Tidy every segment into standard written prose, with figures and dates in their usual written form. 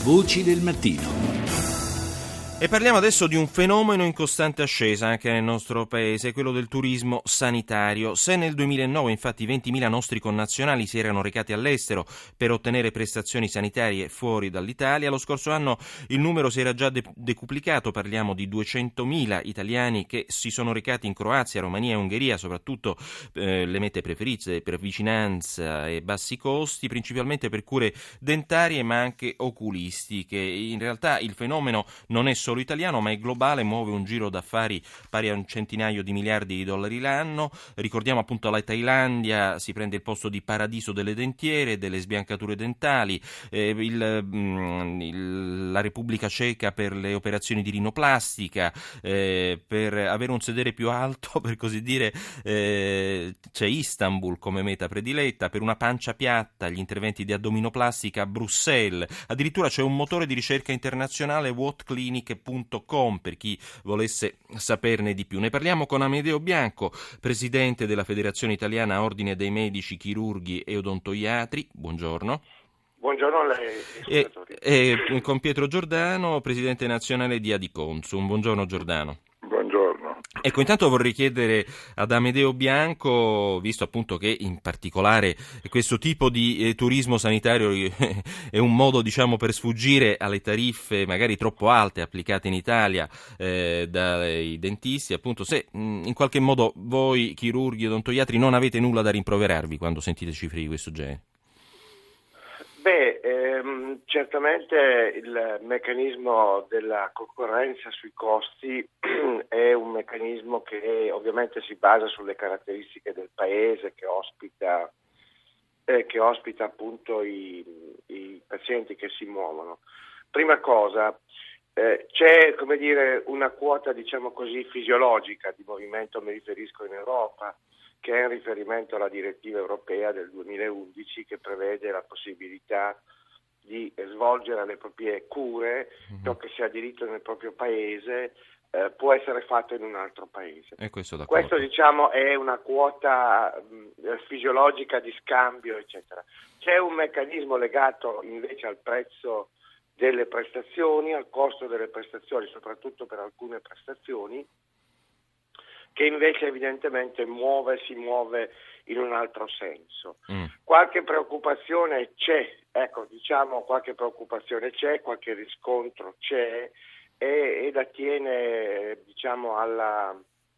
Voci del mattino. E parliamo adesso di un fenomeno in costante ascesa anche nel nostro paese, quello del turismo sanitario. Se nel 2009 infatti 20.000 nostri connazionali si erano recati all'estero per ottenere prestazioni sanitarie fuori dall'Italia, lo scorso anno il numero si era già decuplicato, parliamo di 200.000 italiani che si sono recati in Croazia, Romania e Ungheria, soprattutto le mete preferite per vicinanza e bassi costi, principalmente per cure dentarie ma anche oculistiche. In realtà il fenomeno non è solo italiano ma è globale, muove un giro d'affari pari a un centinaio di miliardi di dollari l'anno. Ricordiamo appunto la Thailandia si prende il posto di paradiso delle dentiere, delle sbiancature dentali, la Repubblica Ceca per le operazioni di rinoplastica, per avere un sedere più alto per così dire c'è Istanbul come meta prediletta, per una pancia piatta gli interventi di addominoplastica a Bruxelles, addirittura c'è un motore di ricerca internazionale whatclinic.com per chi volesse saperne di più. Ne parliamo con Amedeo Bianco, presidente della Federazione Italiana Ordine dei Medici, Chirurghi e Odontoiatri. Buongiorno. Buongiorno a lei. E con Pietro Giordano, presidente nazionale di Adiconsum. Buongiorno Giordano. Buongiorno. Ecco, intanto vorrei chiedere ad Amedeo Bianco, visto appunto che in particolare questo tipo di turismo sanitario è un modo, diciamo, per sfuggire alle tariffe magari troppo alte applicate in Italia dai dentisti, appunto, se in qualche modo voi chirurghi e odontoiatri non avete nulla da rimproverarvi quando sentite cifre di questo genere. Certamente il meccanismo della concorrenza sui costi è un meccanismo che ovviamente si basa sulle caratteristiche del paese che ospita appunto i pazienti che si muovono. Prima cosa, c'è come dire una quota, diciamo così, fisiologica di movimento, mi riferisco in Europa, che è in riferimento alla direttiva europea del 2011 che prevede la possibilità di svolgere le proprie cure, ciò che si ha diritto nel proprio paese può essere fatto in un altro paese. Questo diciamo è una quota fisiologica di scambio, eccetera. C'è un meccanismo legato invece al prezzo delle prestazioni, al costo delle prestazioni, soprattutto per alcune prestazioni, che invece evidentemente si muove in un altro senso. Qualche preoccupazione c'è, qualche riscontro c'è ed attiene, diciamo, alla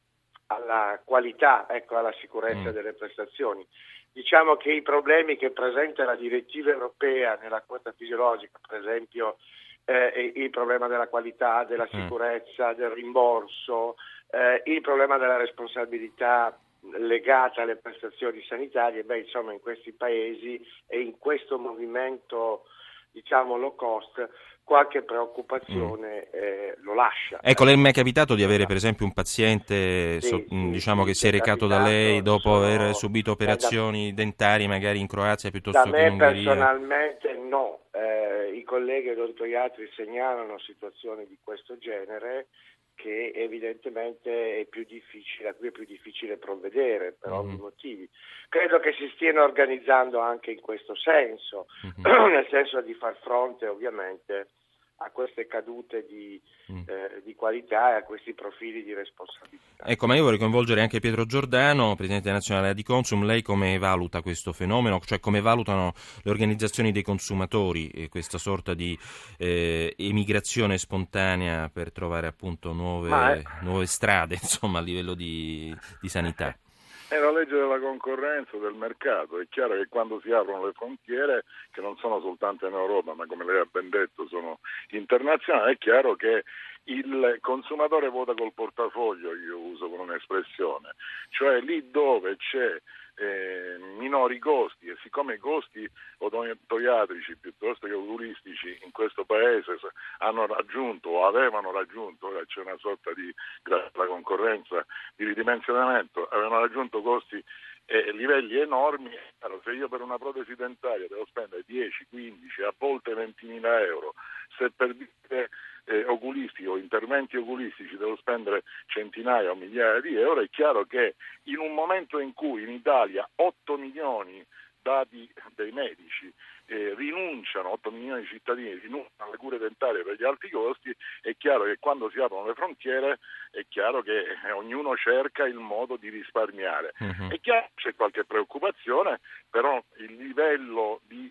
qualità, alla sicurezza delle prestazioni. Diciamo che i problemi che presenta la direttiva europea nella quota fisiologica, per esempio il problema della qualità, della sicurezza, del rimborso, il problema della responsabilità legata alle prestazioni sanitarie, insomma in questi paesi e in questo movimento, diciamo, low cost, qualche preoccupazione lo lascia. Ecco, lei mi è capitato di avere per esempio un paziente che si è recato da lei dopo aver subito operazioni dentarie magari in Croazia piuttosto che in Ungheria? Da me personalmente no, i colleghi odontoiatri segnalano situazioni di questo genere che evidentemente a cui è più difficile provvedere per ovvi motivi. Credo che si stiano organizzando anche in questo senso, nel senso di far fronte ovviamente a queste cadute di qualità e a questi profili di responsabilità. Ecco, ma io vorrei coinvolgere anche Pietro Giordano, presidente nazionale di Consum. Lei come valuta questo fenomeno? Cioè come valutano le organizzazioni dei consumatori questa sorta di emigrazione spontanea per trovare appunto nuove strade, insomma, a livello di sanità? È la legge della concorrenza, del mercato. È chiaro che quando si aprono le frontiere, che non sono soltanto in Europa, ma come lei ha ben detto sono internazionali, è chiaro che il consumatore vota col portafoglio, io uso con un'espressione, cioè lì dove c'è minori costi, e siccome i costi odontoiatrici piuttosto che oculistici in questo paese hanno raggiunto o avevano raggiunto, ora c'è una sorta di, grazie alla concorrenza, di ridimensionamento, avevano raggiunto costi livelli enormi. Allora, se io per una protesi dentaria devo spendere 10, 15, a volte 20.000 euro, se per dire oculistici o interventi oculistici devo spendere centinaia o migliaia di euro, è chiaro che in un momento in cui in Italia 8 milioni dati dei medici, rinunciano, 8 milioni di cittadini rinunciano alle cure dentarie per gli alti costi, è chiaro che quando si aprono le frontiere è chiaro che ognuno cerca il modo di risparmiare. È chiaro che c'è qualche preoccupazione, però il livello di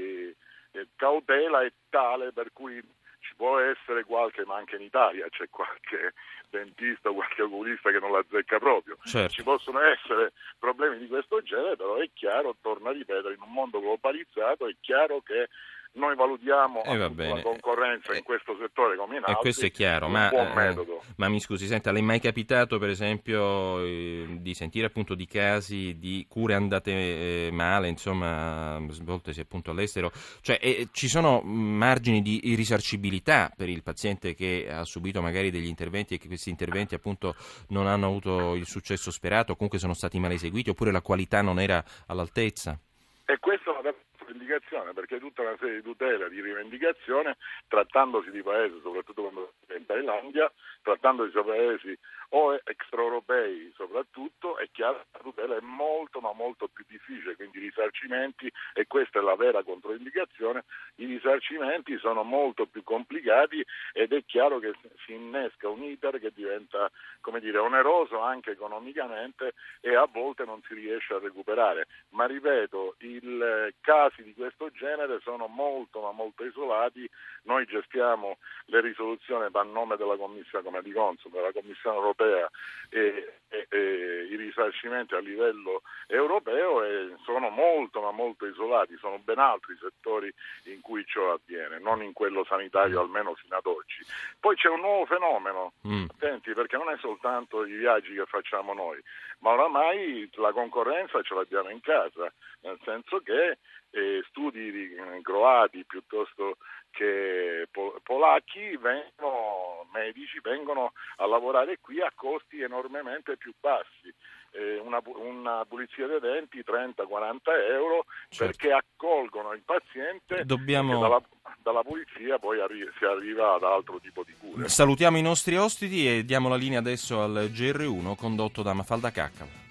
cautela è tale per cui ci può essere qualche, ma anche in Italia c'è qualche dentista, qualche oculista che non la azzecca proprio. Certo. Ci possono essere problemi di questo genere, però è chiaro, torno a ripetere, in un mondo globalizzato è chiaro che noi valutiamo la concorrenza in questo settore come in altri, questo è chiaro, un buon metodo. Ma mi scusi, senta, le è mai capitato per esempio di sentire appunto di casi di cure andate male, insomma, svoltesi appunto all'estero? Cioè ci sono margini di risarcibilità per il paziente che ha subito magari degli interventi e che questi interventi appunto non hanno avuto il successo sperato, o comunque sono stati mal eseguiti, oppure la qualità non era all'altezza? E questo è una rivendicazione, perché tutta una serie di tutele, di rivendicazione, trattandosi di paesi, soprattutto quando si è in Thailandia, trattandosi di paesi o extraeuropei soprattutto, è chiaro che la tutela è molto ma molto più difficile, quindi i risarcimenti, e questa è la vera controindicazione, i risarcimenti sono molto più complicati ed è chiaro che si innesca un iter che diventa, come dire, oneroso anche economicamente e a volte non si riesce a recuperare. Ma ripeto, i casi di questo genere sono molto ma molto isolati. Noi gestiamo le risoluzioni a nome della Commissione, come di consumo, della Commissione europea e i risarcimenti a livello europeo, e sono molto ma molto isolati, sono ben altri settori in cui ciò avviene, non in quello sanitario, almeno fino ad oggi. Poi c'è un nuovo fenomeno, attenti, perché non è soltanto i viaggi che facciamo noi, ma oramai la concorrenza ce l'abbiamo in casa, nel senso che studi di croati piuttosto che polacchi medici vengono a lavorare qui a costi enormemente più bassi. Una pulizia dei denti 30-40 euro, certo, perché accolgono il paziente e dalla pulizia poi si arriva ad altro tipo di cure. Salutiamo i nostri ospiti e diamo la linea adesso al GR1 condotto da Mafalda Caccavo.